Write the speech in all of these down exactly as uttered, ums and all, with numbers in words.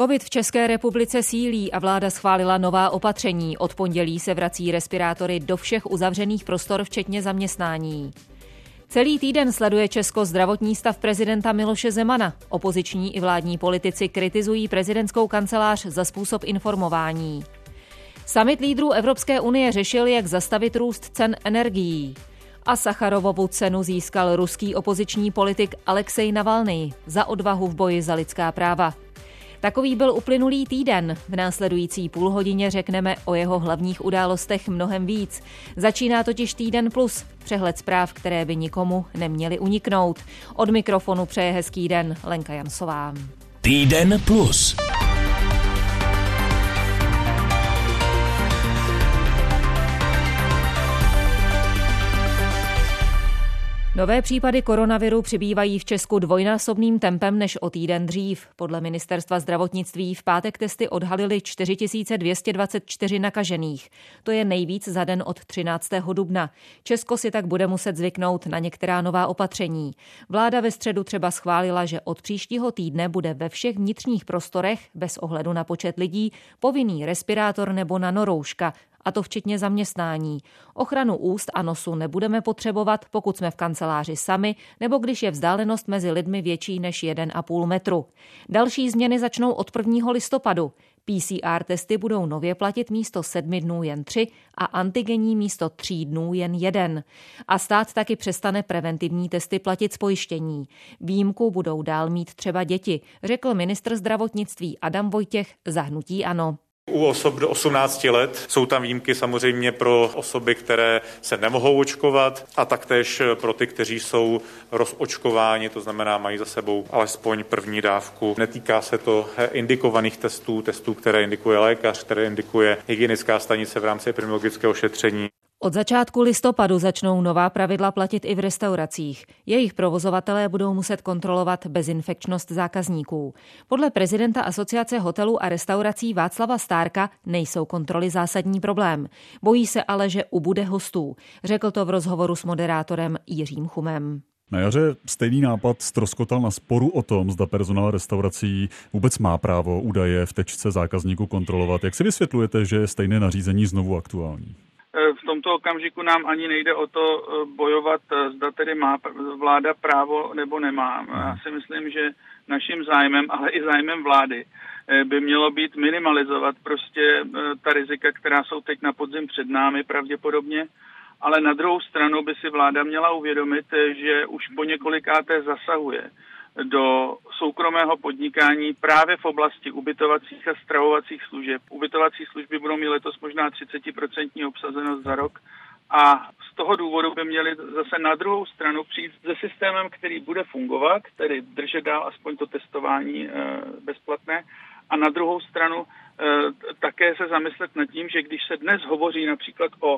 Covid v České republice sílí a vláda schválila nová opatření. Od pondělí se vrací respirátory do všech uzavřených prostor, včetně zaměstnání. Celý týden sleduje Česko zdravotní stav prezidenta Miloše Zemana. Opoziční i vládní politici kritizují prezidentskou kancelář za způsob informování. Summit lídrů Evropské unie řešil, jak zastavit růst cen energií. A Sacharovovu cenu získal ruský opoziční politik Alexej Navalnyj za odvahu v boji za lidská práva. Takový byl uplynulý týden. V následující půlhodině řekneme o jeho hlavních událostech mnohem víc. Začíná totiž Týden plus, přehled zpráv, které by nikomu neměly uniknout. Od mikrofonu přeje hezký den Lenka Jansová. Týden plus. Nové případy koronaviru přibývají v Česku dvojnásobným tempem než o týden dřív. Podle ministerstva zdravotnictví v pátek testy odhalily čtyři tisíce dvě stě dvacet čtyři nakažených. To je nejvíc za den od třináctého dubna. Česko si tak bude muset zvyknout na některá nová opatření. Vláda ve středu třeba schválila, že od příštího týdne bude ve všech vnitřních prostorech, bez ohledu na počet lidí, povinný respirátor nebo nanorouška, a to včetně zaměstnání. Ochranu úst a nosu nebudeme potřebovat, pokud jsme v kanceláři sami, nebo když je vzdálenost mezi lidmi větší než jeden a půl metru. Další změny začnou od prvního listopadu. P C R testy budou nově platit místo sedmi dnů jen tři a antigenní místo tří dnů jen jeden. A stát taky přestane preventivní testy platit z pojištění. Výjimku budou dál mít třeba děti, řekl ministr zdravotnictví Adam Vojtěch za hnutí ANO. U osob do osmnácti let jsou tam výjimky samozřejmě pro osoby, které se nemohou očkovat a taktéž pro ty, kteří jsou rozočkováni, to znamená mají za sebou alespoň první dávku. Netýká se to indikovaných testů, testů, které indikuje lékař, které indikuje hygienická stanice v rámci epidemiologického šetření. Od začátku listopadu začnou nová pravidla platit i v restauracích. Jejich provozovatelé budou muset kontrolovat bezinfekčnost zákazníků. Podle prezidenta Asociace hotelů a restaurací Václava Stárka nejsou kontroly zásadní problém. Bojí se ale, že ubude hostů. Řekl to v rozhovoru s moderátorem Jiřím Chumem. Na jaře stejný nápad ztroskotal na sporu o tom, zda personál restaurací vůbec má právo údaje v tečce zákazníků kontrolovat. Jak si vysvětlujete, že je stejné nařízení znovu aktuální? V tomto okamžiku nám ani nejde o to bojovat, zda tedy má vláda právo nebo nemá. Já si myslím, že naším zájmem, ale i zájmem vlády by mělo být minimalizovat prostě ta rizika, která jsou teď na podzim před námi pravděpodobně, ale na druhou stranu by si vláda měla uvědomit, že už po několikáté zasahuje do soukromého podnikání právě v oblasti ubytovacích a stravovacích služeb. Ubytovací služby budou mít letos možná třicet procent obsazenost za rok a z toho důvodu by měli zase na druhou stranu přijít se systémem, který bude fungovat, tedy držet dál aspoň to testování e, bezplatné a na druhou stranu e, také se zamyslet nad tím, že když se dnes hovoří například o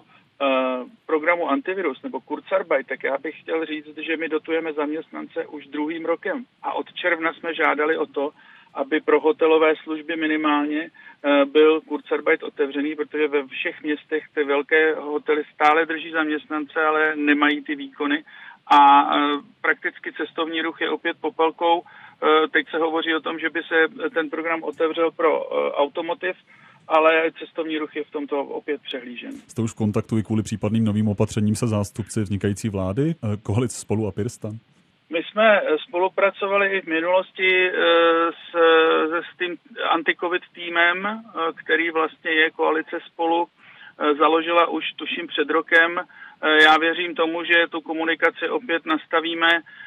programu antivirus nebo Kurzarbeit, tak já bych chtěl říct, že my dotujeme zaměstnance už druhým rokem. A od června jsme žádali o to, aby pro hotelové služby minimálně byl Kurzarbeit otevřený, protože ve všech městech ty velké hotely stále drží zaměstnance, ale nemají ty výkony. A prakticky cestovní ruch je opět popelkou. Teď se hovoří o tom, že by se ten program otevřel pro automotiv, ale cestovní ruch je v tomto opět přehlížen. Jste už v kontaktu i kvůli případným novým opatřením se zástupci vznikající vlády, koalice Spolu a PirSTAN? My jsme spolupracovali i v minulosti s, s tím anti-covid týmem, který vlastně je koalice Spolu, založila už tuším před rokem. Já věřím tomu, že tu komunikaci opět nastavíme.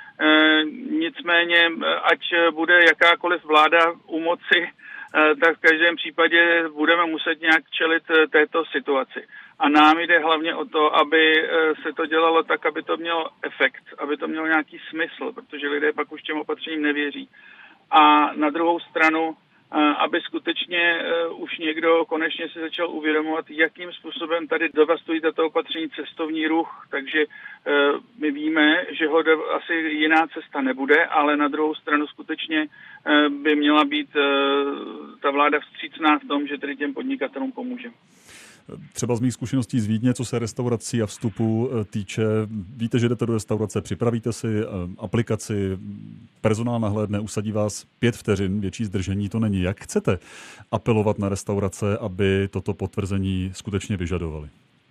Nicméně, ať bude jakákoliv vláda u moci, tak v každém případě budeme muset nějak čelit této situaci. A nám jde hlavně o to, aby se to dělalo tak, aby to mělo efekt, aby to mělo nějaký smysl, protože lidé pak už těm opatřením nevěří. A na druhou stranu, aby skutečně už někdo konečně se začal uvědomovat, jakým způsobem tady devastují tato opatření cestovní ruch, takže my víme, že ho asi jiná cesta nebude, ale na druhou stranu skutečně by měla být ta vláda vstřícná v tom, že tedy těm podnikatelům pomůže. Třeba z mých zkušeností z Vídně, co se restaurací a vstupu týče, víte, že jdete do restaurace, připravíte si aplikaci, personál nahlédne, usadí vás pět vteřin, větší zdržení to není. Jak chcete apelovat na restaurace, aby toto potvrzení skutečně vyžadovali?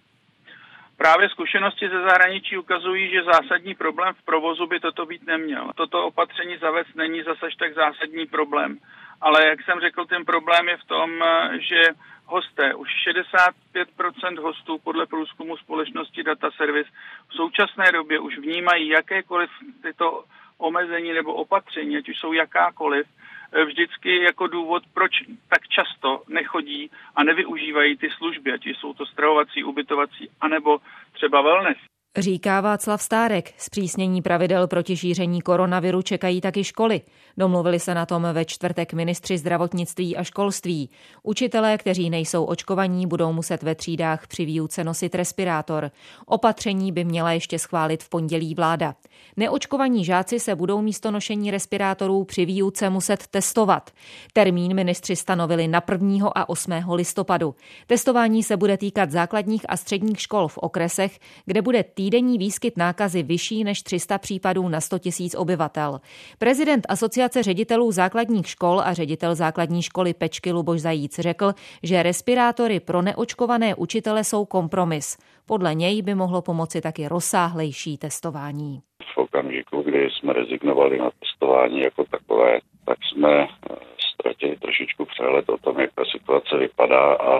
Právě zkušenosti ze zahraničí ukazují, že zásadní problém v provozu by toto být neměl. Toto opatření zavést není zase tak zásadní problém. Ale jak jsem řekl, ten problém je v tom, že hosté, už šedesát pět procent hostů podle průzkumu společnosti Data Service v současné době už vnímají jakékoliv tyto omezení nebo opatření, ať už jsou jakákoliv, vždycky jako důvod, proč tak často nechodí a nevyužívají ty služby, ať jsou to stravovací, ubytovací, anebo třeba wellness. Říká Václav Stárek. Zpřísnění pravidel proti šíření koronaviru čekají taky školy. Domluvili se na tom ve čtvrtek ministři zdravotnictví a školství. Učitelé, kteří nejsou očkovaní, budou muset ve třídách při výuce nosit respirátor. Opatření by měla ještě schválit v pondělí vláda. Neočkovaní žáci se budou místo nošení respirátorů při výuce muset testovat. Termín ministři stanovili na prvního a osmého listopadu. Testování se bude týkat základních a středních škol v okresech, kde bude týdenní výskyt nákazy vyšší než tři sta případů na sto tisíc obyvatel. Prezident Asociace ředitelů základních škol a ředitel základní školy Pečky Luboš Zajíc řekl, že respirátory pro neočkované učitele jsou kompromis. Podle něj by mohlo pomoci taky rozsáhlejší testování. V okamžiku, kdy jsme rezignovali na testování jako takové, tak jsme ztratili trošičku přehled o tom, jak ta situace vypadá a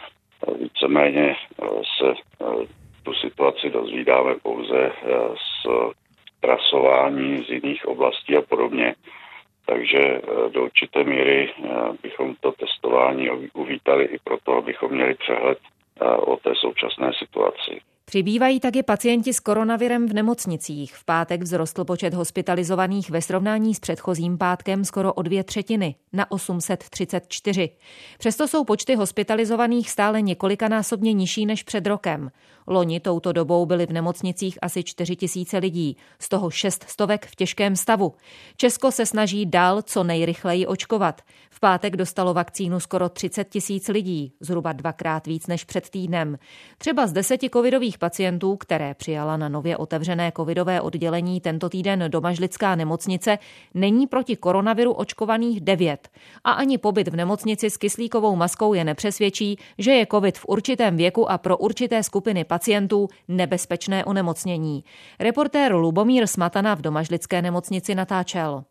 víceméně se tu situaci dozvídáme pouze z trasování z jiných oblastí a podobně. Takže do určité míry bychom to testování uvítali i proto, abychom měli přehled o té současné situaci. Přibývají taky pacienti s koronavirem v nemocnicích. V pátek vzrostl počet hospitalizovaných ve srovnání s předchozím pátkem skoro o dvě třetiny, na osm set třicet čtyři. Přesto jsou počty hospitalizovaných stále několikanásobně nižší než před rokem. Loni touto dobou byly v nemocnicích asi čtyři tisíce lidí, z toho šest stovek v těžkém stavu. Česko se snaží dál co nejrychleji očkovat. V pátek dostalo vakcínu skoro třicet tisíc lidí, zhruba dvakrát víc než před týdnem. Třeba z deseti covidových pacientů, které přijala na nově otevřené covidové oddělení tento týden domažlická nemocnice, není proti koronaviru očkovaných devět. A ani pobyt v nemocnici s kyslíkovou maskou je nepřesvědčí, že je covid v určitém věku a pro určité skupiny pacientů nebezpečné onemocnění. Reportér Lubomír Smatana v domažlické nemocnici natáčel.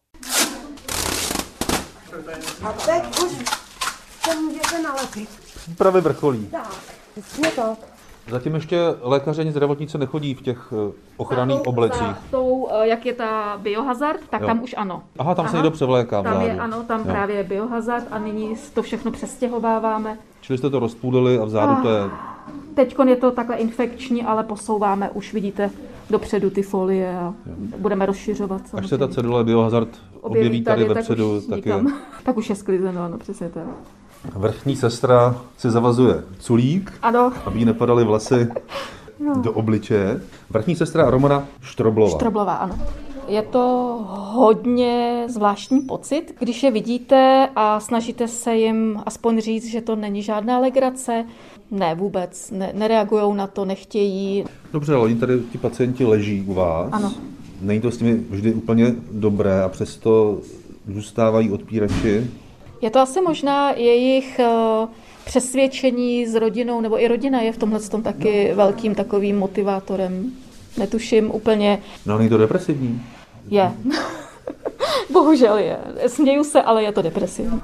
A teď už se můžete nalepit. Přípravy vrcholí. Tak, přesně tak. Zatím ještě lékaři ani zdravotníci nechodí v těch ochranných oblecích. Za tou, jak je ta biohazard, tak jo. Tam už ano. Aha, tam Aha. se někdo převléká. Tam je, ano, tam jo. Právě je biohazard a nyní to všechno přestěhováváme. Čili jste to rozpůlili a vzadu ah, to je... Teďkon je to takhle infekční, ale posouváme, už vidíte dopředu ty folie a jo. Budeme rozšiřovat. Samozřejmě. Až se ta cedule biohazard objeví, objeví tady, tady vepředu, tak, tak je... Tak už je sklizeno, ano, přesně tak. Vrchní sestra si zavazuje culík, ano. Aby jí nepadaly vlasy no. do obličeje. Vrchní sestra Romana Štroblová. Štroblová, ano. Je to hodně zvláštní pocit, když je vidíte a snažíte se jim aspoň říct, že to není žádná legrace. Ne, vůbec, ne, nereagujou na to, nechtějí. Dobře, ale oni tady ti pacienti leží u vás. Ano. Není to s nimi vždy úplně dobré a přesto zůstávají odpírači. Je to asi možná jejich uh, přesvědčení s rodinou, nebo i rodina je v tomhle tom taky velkým takovým motivátorem. Netuším úplně. No, není to depresivní? Je. Bohužel je. Směju se, ale je to depresivní.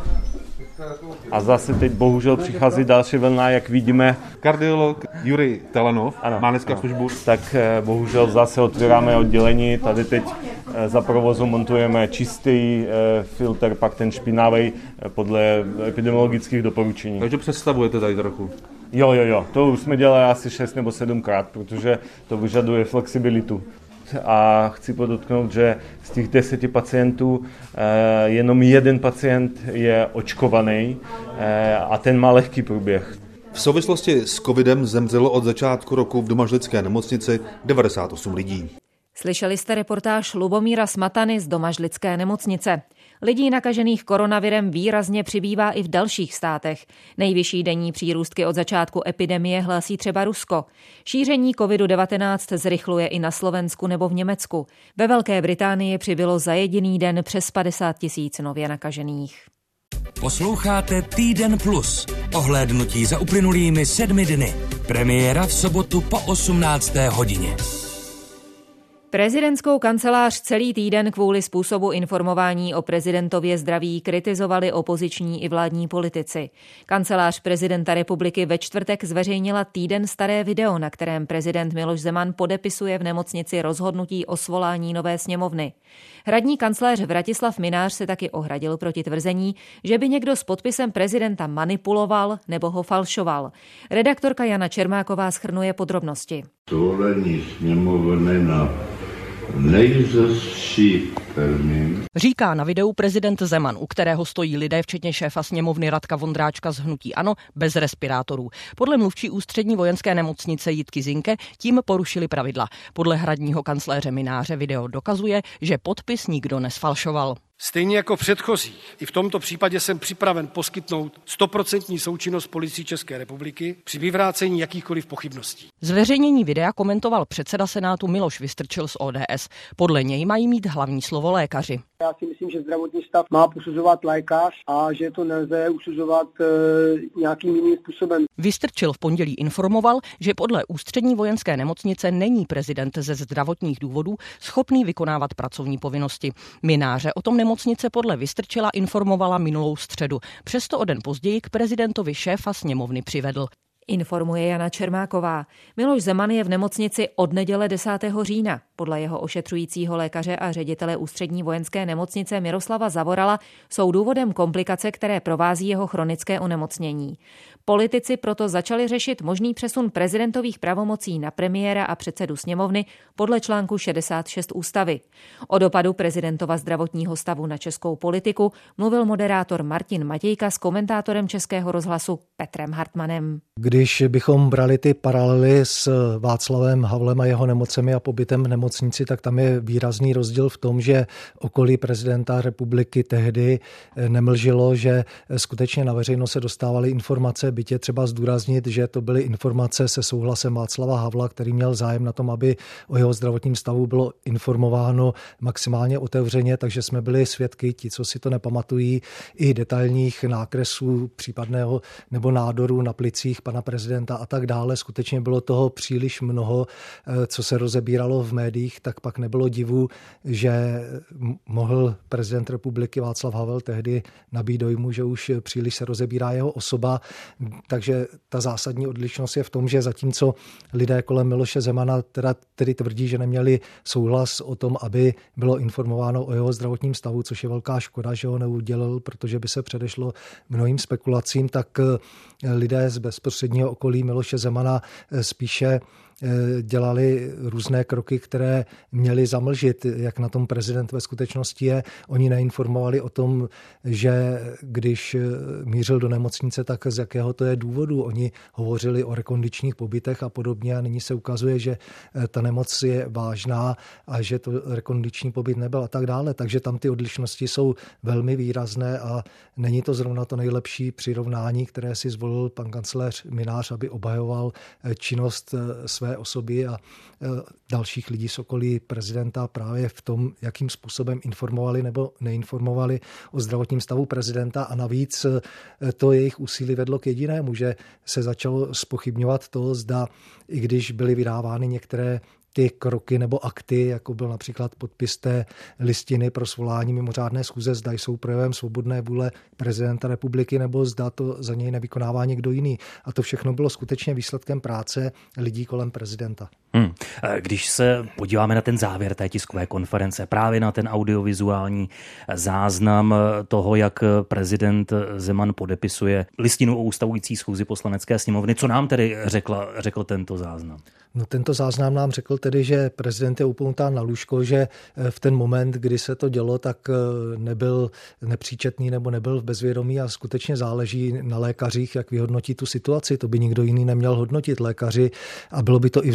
A zase teď bohužel přichází další vlna, jak vidíme. Kardiolog Jurij Telanov ano, má dneska ano. službu. Tak bohužel zase otvíráme oddělení. Tady teď za provozu montujeme čistý filtr, pak ten špinavý podle epidemiologických doporučení. Takže přestavujete tady trochu. Jo, jo, jo. To už jsme dělali asi šest nebo sedmkrát, protože to vyžaduje flexibilitu. A chci podotknout, že z těch deseti pacientů eh, jenom jeden pacient je očkovaný eh, a ten má lehký průběh. V souvislosti s covidem zemřelo od začátku roku v domažlické nemocnici devadesát osm lidí. Slyšeli jste reportáž Lubomíra Smatany z domažlické nemocnice. Lidí nakažených koronavirem výrazně přibývá i v dalších státech. Nejvyšší denní přírůstky od začátku epidemie hlásí třeba Rusko. Šíření kovidu devatenáct zrychluje i na Slovensku nebo v Německu. Ve Velké Británii přibylo za jediný den přes padesát tisíc nově nakažených. Posloucháte Týden plus. Ohlédnutí za uplynulými sedmi dny. Premiéra v sobotu po osmnácté hodině. Prezidentskou kancelář celý týden kvůli způsobu informování o prezidentově zdraví kritizovali opoziční i vládní politici. Kancelář prezidenta republiky ve čtvrtek zveřejnila týden staré video, na kterém prezident Miloš Zeman podepisuje v nemocnici rozhodnutí o svolání nové sněmovny. Hradní kancléř Vratislav Mynář se taky ohradil proti tvrzení, že by někdo s podpisem prezidenta manipuloval nebo ho falšoval. Redaktorka Jana Čermáková shrnuje podrobnosti. Svolení sněmovny na nejzazší termín. Říká na videu prezident Zeman, u kterého stojí lidé, včetně šéfa sněmovny Radka Vondráčka z hnutí ANO, bez respirátorů. Podle mluvčí ústřední vojenské nemocnice Jitky Zinke tím porušili pravidla. Podle hradního kancléře Mynáře video dokazuje, že podpis nikdo nesfalšoval. Stejně jako v předchozích, i v tomto případě jsem připraven poskytnout stoprocentní součinnost Policii České republiky při vyvrácení jakýchkoliv pochybností. Zveřejnění videa komentoval předseda Senátu Miloš Vystrčil z O D S. Podle něj mají mít hlavní slovo lékaři. Já si myslím, že zdravotní stav má posuzovat lékař a že to nelze usuzovat e, nějakým jiným způsobem. Vystrčil v pondělí informoval, že podle ústřední vojenské nemocnice není prezident ze zdravotních důvodů schopný vykonávat pracovní povinnosti. Mynáře o tom nemocnice podle Vystrčila informovala minulou středu. Přesto o den později k prezidentovi šéfa sněmovny přivedl. Informuje Jana Čermáková. Miloš Zeman je v nemocnici od neděle desátého října. Podle jeho ošetřujícího lékaře a ředitele ústřední vojenské nemocnice Miroslava Zavorala jsou důvodem komplikace, které provází jeho chronické onemocnění. Politici proto začali řešit možný přesun prezidentových pravomocí na premiéra a předsedu sněmovny podle článku šedesát šest ústavy. O dopadu prezidentova zdravotního stavu na českou politiku mluvil moderátor Martin Matějka s komentátorem Českého rozhlasu Petrem Hartmanem. Když bychom brali ty paralely s Václavem Havlem a jeho nemocemi a pobytem v nemocnici, tak tam je výrazný rozdíl v tom, že okolí prezidenta republiky tehdy nemlžilo, že skutečně na veřejnost se dostávaly informace, byť je třeba zdůraznit, že to byly informace se souhlasem Václava Havla, který měl zájem na tom, aby o jeho zdravotním stavu bylo informováno maximálně otevřeně, takže jsme byli svědky, ti, co si to nepamatují, i detailních nákresů případného nebo nádoru na plicích pana prezidenta a tak dále. Skutečně bylo toho příliš mnoho, co se rozebíralo v médiích, tak pak nebylo divu, že mohl prezident republiky Václav Havel tehdy nabít dojmu, že už příliš se rozebírá jeho osoba. Takže ta zásadní odlišnost je v tom, že zatímco lidé kolem Miloše Zemana teda tedy tvrdí, že neměli souhlas o tom, aby bylo informováno o jeho zdravotním stavu, což je velká škoda, že ho neudělal, protože by se předešlo mnohým spekulacím, tak lidé z bezprostředního okolí Miloše Zemana spíše dělali různé kroky, které měly zamlžit, jak na tom prezident ve skutečnosti je. Oni neinformovali o tom, že když mířil do nemocnice, tak z jakého to je důvodu. Oni hovořili o rekondičních pobytech a podobně a nyní se ukazuje, že ta nemoc je vážná a že to rekondiční pobyt nebyl a tak dále. Takže tam ty odlišnosti jsou velmi výrazné a není to zrovna to nejlepší přirovnání, které si zvolil pan kancléř Mynář, aby obhajoval činnost své osoby a dalších lidí z okolí prezidenta právě v tom, jakým způsobem informovali nebo neinformovali o zdravotním stavu prezidenta a navíc to jejich úsilí vedlo k jedinému, že se začalo zpochybňovat to, zda i když byly vydávány některé ty kroky nebo akty, jako byl například podpis té listiny pro svolání mimořádné schůze, zda jsou projevem svobodné vůle prezidenta republiky, nebo zda to za něj nevykonává někdo jiný. A to všechno bylo skutečně výsledkem práce lidí kolem prezidenta. Hmm. Když se podíváme na ten závěr té tiskové konference, právě na ten audiovizuální záznam toho, jak prezident Zeman podepisuje listinu o ustavující schůzi Poslanecké sněmovny, co nám tedy řekla, řekl tento záznam? No, tento záznam nám řekl tedy, že prezident je upoután na lůžko, že v ten moment, kdy se to dělo, tak nebyl nepříčetný nebo nebyl v bezvědomí a skutečně záleží na lékařích, jak vyhodnotí tu situaci. To by nikdo jiný neměl hodnotit, lékaři, a bylo by to i v zájmu právě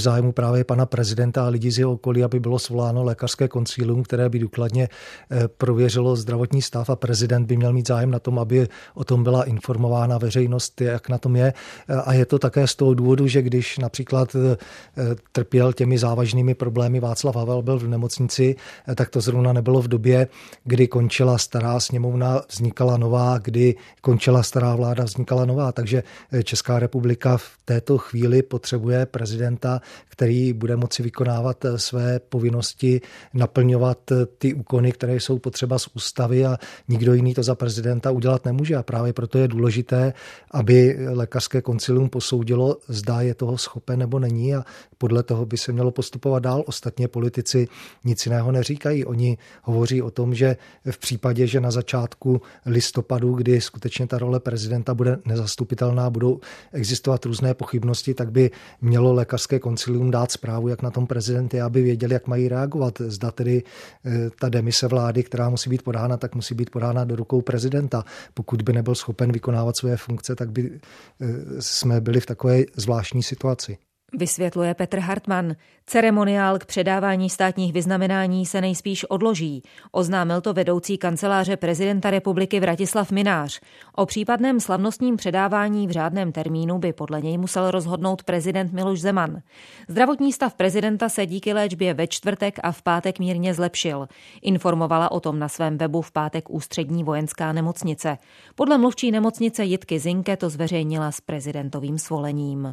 právě pana prezidenta a lidí z jeho okolí, aby bylo svoláno lékařské koncilium, které by důkladně prověřilo zdravotní stav a prezident by měl mít zájem na tom, aby o tom byla informována veřejnost, jak na tom je. A je to také z toho důvodu, že když například trpěl těmi závažnými problémy Václav Havel, byl v nemocnici, tak to zrovna nebylo v době, kdy končila stará sněmovna, vznikala nová, kdy končila stará vláda, vznikala nová. Takže Česká republika v této chvíli potřebuje prezidenta, který bude moci vykonávat své povinnosti, naplňovat ty úkony, které jsou potřeba z ústavy a nikdo jiný to za prezidenta udělat nemůže. A právě proto je důležité, aby lékařské koncilium posoudilo, zda je toho schopen nebo není a podle toho by se mělo postupovat dál. Ostatně politici nic jiného neříkají. Oni hovoří o tom, že v případě, že na začátku listopadu, kdy skutečně ta role prezidenta bude nezastupitelná, budou existovat různé pochybnosti, tak by mělo lékařské koncilium dát zprávu, jak na tom prezident je, aby věděli, jak mají reagovat. Zda tedy ta demise vlády, která musí být podána, tak musí být podána do rukou prezidenta. Pokud by nebyl schopen vykonávat své funkce, tak by jsme byli v takové zvláštní situaci. Vysvětluje Petr Hartmann. Ceremoniál k předávání státních vyznamenání se nejspíš odloží. Oznámil to vedoucí kanceláře prezidenta republiky Vratislav Mynář. O případném slavnostním předávání v řádném termínu by podle něj musel rozhodnout prezident Miloš Zeman. Zdravotní stav prezidenta se díky léčbě ve čtvrtek a v pátek mírně zlepšil. Informovala o tom na svém webu v pátek Ústřední vojenská nemocnice. Podle mluvčí nemocnice Jitky Zinke to zveřejnila s prezidentovým svolením.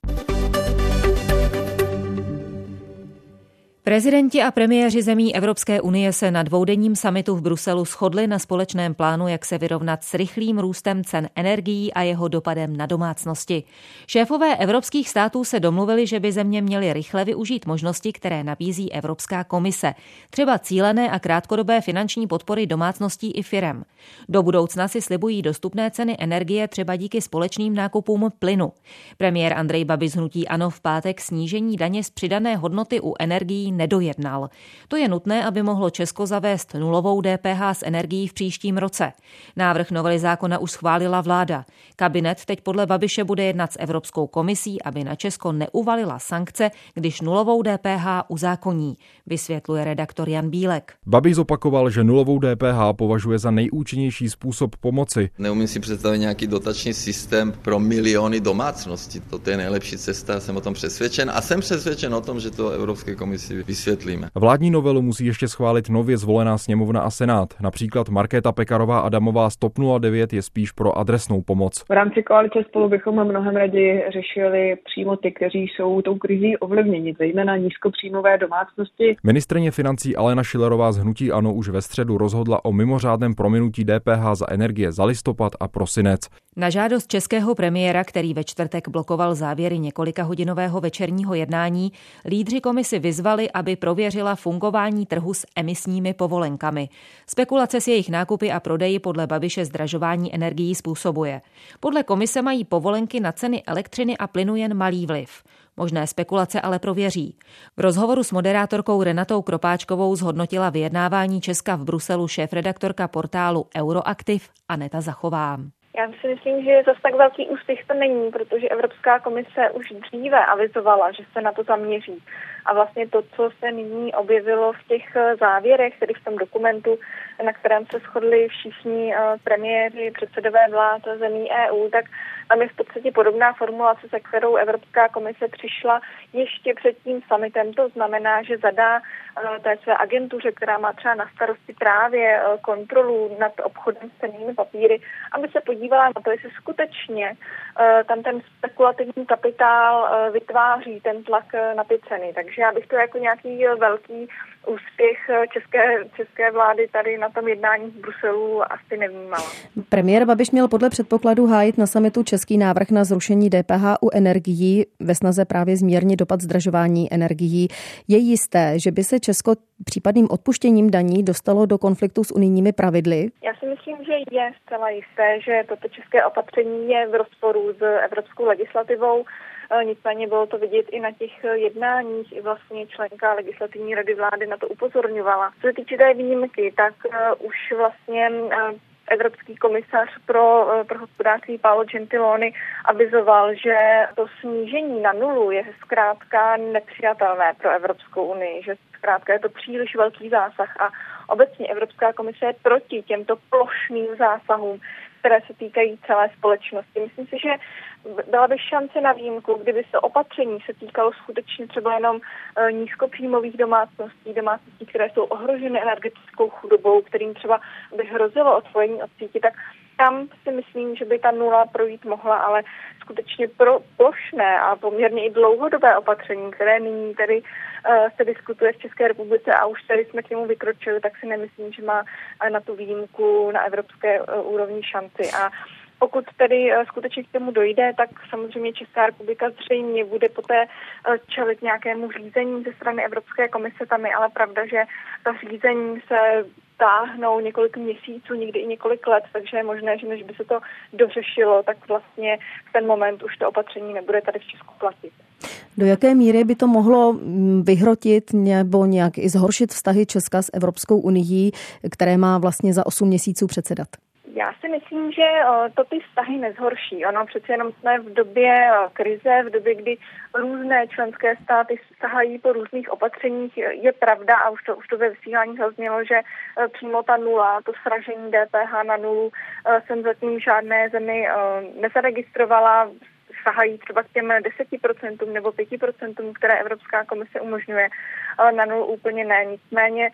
Prezidenti a premiéři zemí Evropské unie se na dvoudenním summitu v Bruselu shodli na společném plánu, jak se vyrovnat s rychlým růstem cen energií a jeho dopadem na domácnosti. Šéfové evropských států se domluvili, že by země měly rychle využít možnosti, které nabízí Evropská komise, třeba cílené a krátkodobé finanční podpory domácností i firem. Do budoucna si slibují dostupné ceny energie třeba díky společným nákupům plynu. Premiér Andrej Babiš z hnutí ANO v pátek snížení daně z přidané hodnoty u energií nedojednal. To je nutné, aby mohlo Česko zavést nulovou D P H z energií v příštím roce. Návrh novely zákona už schválila vláda. Kabinet teď podle Babiše bude jednat s Evropskou komisí, aby na Česko neuvalila sankce, když nulovou D P H uzákoní, vysvětluje redaktor Jan Bílek. Babiš zopakoval, že nulovou D P H považuje za nejúčinnější způsob pomoci. Neumím si představit nějaký dotační systém pro miliony domácností. To je nejlepší cesta, jsem o tom přesvědčen a jsem přesvědčen o tom, že to Evropské komisi vysvětlíme. Vládní novelu musí ještě schválit nově zvolená sněmovna a senát. Například Markéta Pekarová Adamová z TOP nula devět je spíš pro adresnou pomoc. V rámci koalice Spolu bychom mnohem raději řešili přímo ty, kteří jsou tou krizí ovlivněni, zejména nízkopříjmové domácnosti. Ministryně financí Alena Schillerová z hnutí ANO už ve středu rozhodla o mimořádném prominutí D P H za energie za listopad a prosinec. Na žádost českého premiéra, který ve čtvrtek blokoval závěry několika hodinového večerního jednání, lídři komisi vyzvali, aby prověřila fungování trhu s emisními povolenkami. Spekulace s jejich nákupy a prodeji podle Babiše zdražování energií způsobuje. Podle komise mají povolenky na ceny elektřiny a plynu jen malý vliv. Možné spekulace ale prověří. V rozhovoru s moderátorkou Renatou Kropáčkovou zhodnotila vyjednávání Česka v Bruselu šéfredaktorka portálu Euroaktiv Aneta Zachová. Já si myslím, že zase tak velký úspěch to není, protože Evropská komise už dříve avizovala, že se na to zaměří. A vlastně to, co se nyní objevilo v těch závěrech, tedy v tom dokumentu, na kterém se shodli všichni premiéři, předsedové vlád zemí E U, tak tam je v podstatě podobná formulace, se kterou Evropská komise přišla ještě před tím summitem. To znamená, že zadá té své agentuře, která má třeba na starosti právě kontrolu nad obchodem s cennými papíry, aby se podívala na to, jestli skutečně tam ten spekulativní kapitál vytváří ten tlak na ty ceny. Takže já bych to jako nějaký velký úspěch české, české vlády tady na tom jednání v Bruselu asi nevnímala. Premiér Babiš měl podle předpokladu hájit na summitu český návrh na zrušení D P H u energií ve snaze právě zmírnit dopad zdražování energií. Je jisté, že by se Česko případným odpuštěním daní dostalo do konfliktu s unijními pravidly? Já si myslím, že je zcela jisté, že toto české opatření je v rozporu s evropskou legislativou. Nicméně bylo to vidět i na těch jednáních, i vlastně členka legislativní rady vlády na to upozorňovala. Co se týče té výjimky, tak už vlastně Evropský komisař pro, pro hospodářství Paolo Gentiloni avizoval, že to snížení na nulu je zkrátka nepřijatelné pro Evropskou unii, že zkrátka je to příliš velký zásah a obecně Evropská komise je proti těmto plošným zásahům, které se týkají celé společnosti. Myslím si, že byla by šance na výjimku, kdyby se opatření se týkalo skutečně třeba jenom nízkopříjmových domácností, domácností, které jsou ohroženy energetickou chudobou, kterým třeba by hrozilo odpojení od sítě, tak tam si myslím, že by ta nula projít mohla, ale skutečně pro plošné a poměrně i dlouhodobé opatření, které nyní tedy uh, se diskutuje v České republice a už tady jsme k němu vykročili, tak si nemyslím, že má na tu výjimku na evropské uh, úrovni šanci. A pokud tedy uh, skutečně k tomu dojde, tak samozřejmě Česká republika zřejmě bude poté uh, čelit nějakému řízení ze strany Evropské komise. Tam je ale pravda, že ta řízení se táhnou několik měsíců, někdy i několik let, takže je možné, že než by se to dořešilo, tak vlastně v ten moment už to opatření nebude tady v Česku platit. Do jaké míry by to mohlo vyhrotit nebo nějak i zhoršit vztahy Česka s Evropskou unií, které má vlastně za osm měsíců předsedat? Já si myslím, že to ty vztahy nezhorší. Ono přece jenom jsme v době krize, v době, kdy různé členské státy sahají po různých opatřeních. Je pravda, a už to, už to ve vysílání zaznělo, že přímo ta nula, to sražení D P H na nulu, jsem zatím žádné zemi nezaregistrovala. Sahají třeba k těm deseti procentům nebo pěti procentům, které Evropská komise umožňuje, ale na nulu úplně ne. Nicméně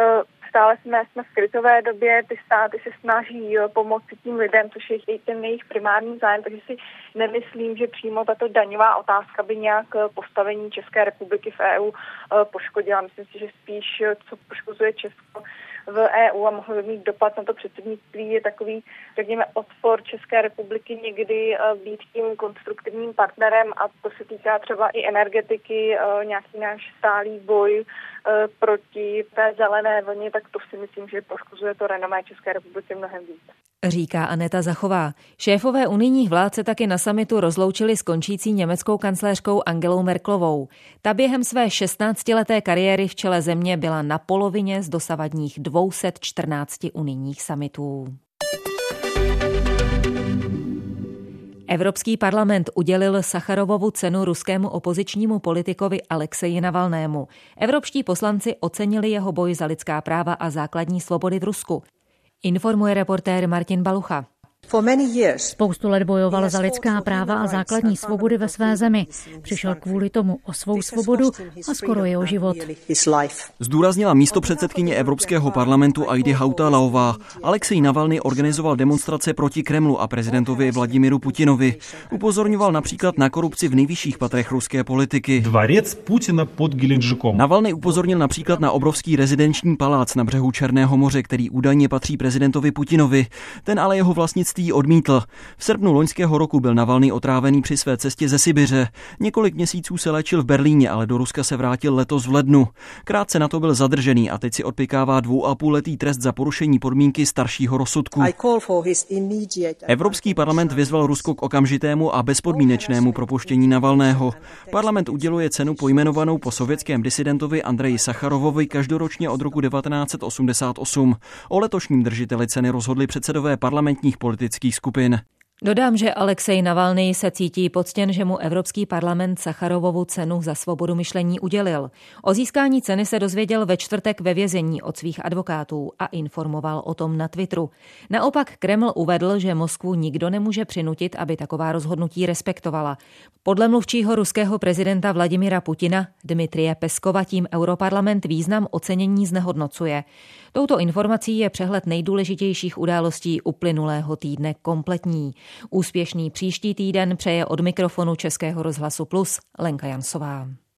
stále jsme, jsme v krizové době, ty státy se snaží pomoci tím lidem, což je i ten jejich primární zájem, takže si nemyslím, že přímo tato daňová otázka by nějak postavení České republiky v E U poškodila. Myslím si, že spíš, co poškozuje Česko v E U a mohl by mít dopad na to předsednictví, je takový, řekněme, odpor České republiky někdy být tím konstruktivním partnerem a to se týká třeba i energetiky, nějaký náš stálý boj proti té zelené vlně, tak to si myslím, že poškozuje to renomé České republiky mnohem víc. Říká Aneta Zachová. Šéfové unijních vlád se taky na summitu rozloučili s končící německou kancléřkou Angelou Merkelovou. Ta během své šestnáctileté kariéry v čele země byla na polovině z dosavadních dvě stě čtrnáct unijních summitů. Evropský parlament udělil Sacharovovu cenu ruskému opozičnímu politikovi Alexeji Navalnému. Evropští poslanci ocenili jeho boj za lidská práva a základní svobody v Rusku. Informuje reportér Martin Balucha. Spoustu let bojoval za lidská práva a základní svobody ve své zemi. Přišel kvůli tomu o svou svobodu a skoro jeho život. Zdůraznila místopředsedkyně Evropského parlamentu Heidi Hautalaová. Alexej Navalny organizoval demonstrace proti Kremlu a prezidentovi Vladimiru Putinovi. Upozorňoval například na korupci v nejvyšších patrech ruské politiky. Dvorec Putina pod Gelenžikom. Navalny upozornil například na obrovský rezidenční palác na břehu Černého moře, který údajně patří prezidentovi Putinovi. Ten ale jeho vlastnictví odmítl. V srpnu loňského roku byl Navalný otrávený při své cestě ze Sibiře. Několik měsíců se léčil v Berlíně, ale do Ruska se vrátil letos v lednu. Krátce na to byl zadržený a teď si odpykává dvou a půl letý trest za porušení podmínky staršího rozsudku. Evropský parlament vyzval Rusko k okamžitému a bezpodmínečnému propuštění Navalného. Parlament uděluje cenu pojmenovanou po sovětském disidentovi Andreji Sacharovovi každoročně od roku devatenáct set osmdesát osm. O letošním držiteli ceny rozhodli předsedové parlamentních politických skupin. Dodám, že Alexej Navalný se cítí poctěn, že mu Evropský parlament Sacharovovu cenu za svobodu myšlení udělil. O získání ceny se dozvěděl ve čtvrtek ve vězení od svých advokátů a informoval o tom na Twitteru. Naopak Kreml uvedl, že Moskvu nikdo nemůže přinutit, aby taková rozhodnutí respektovala. Podle mluvčího ruského prezidenta Vladimira Putina Dmitrije Peskova tím Europarlament význam ocenění znehodnocuje. Touto informací je přehled nejdůležitějších událostí uplynulého týdne kompletní. Úspěšný příští týden přeje od mikrofonu Českého rozhlasu Plus Lenka Jansová.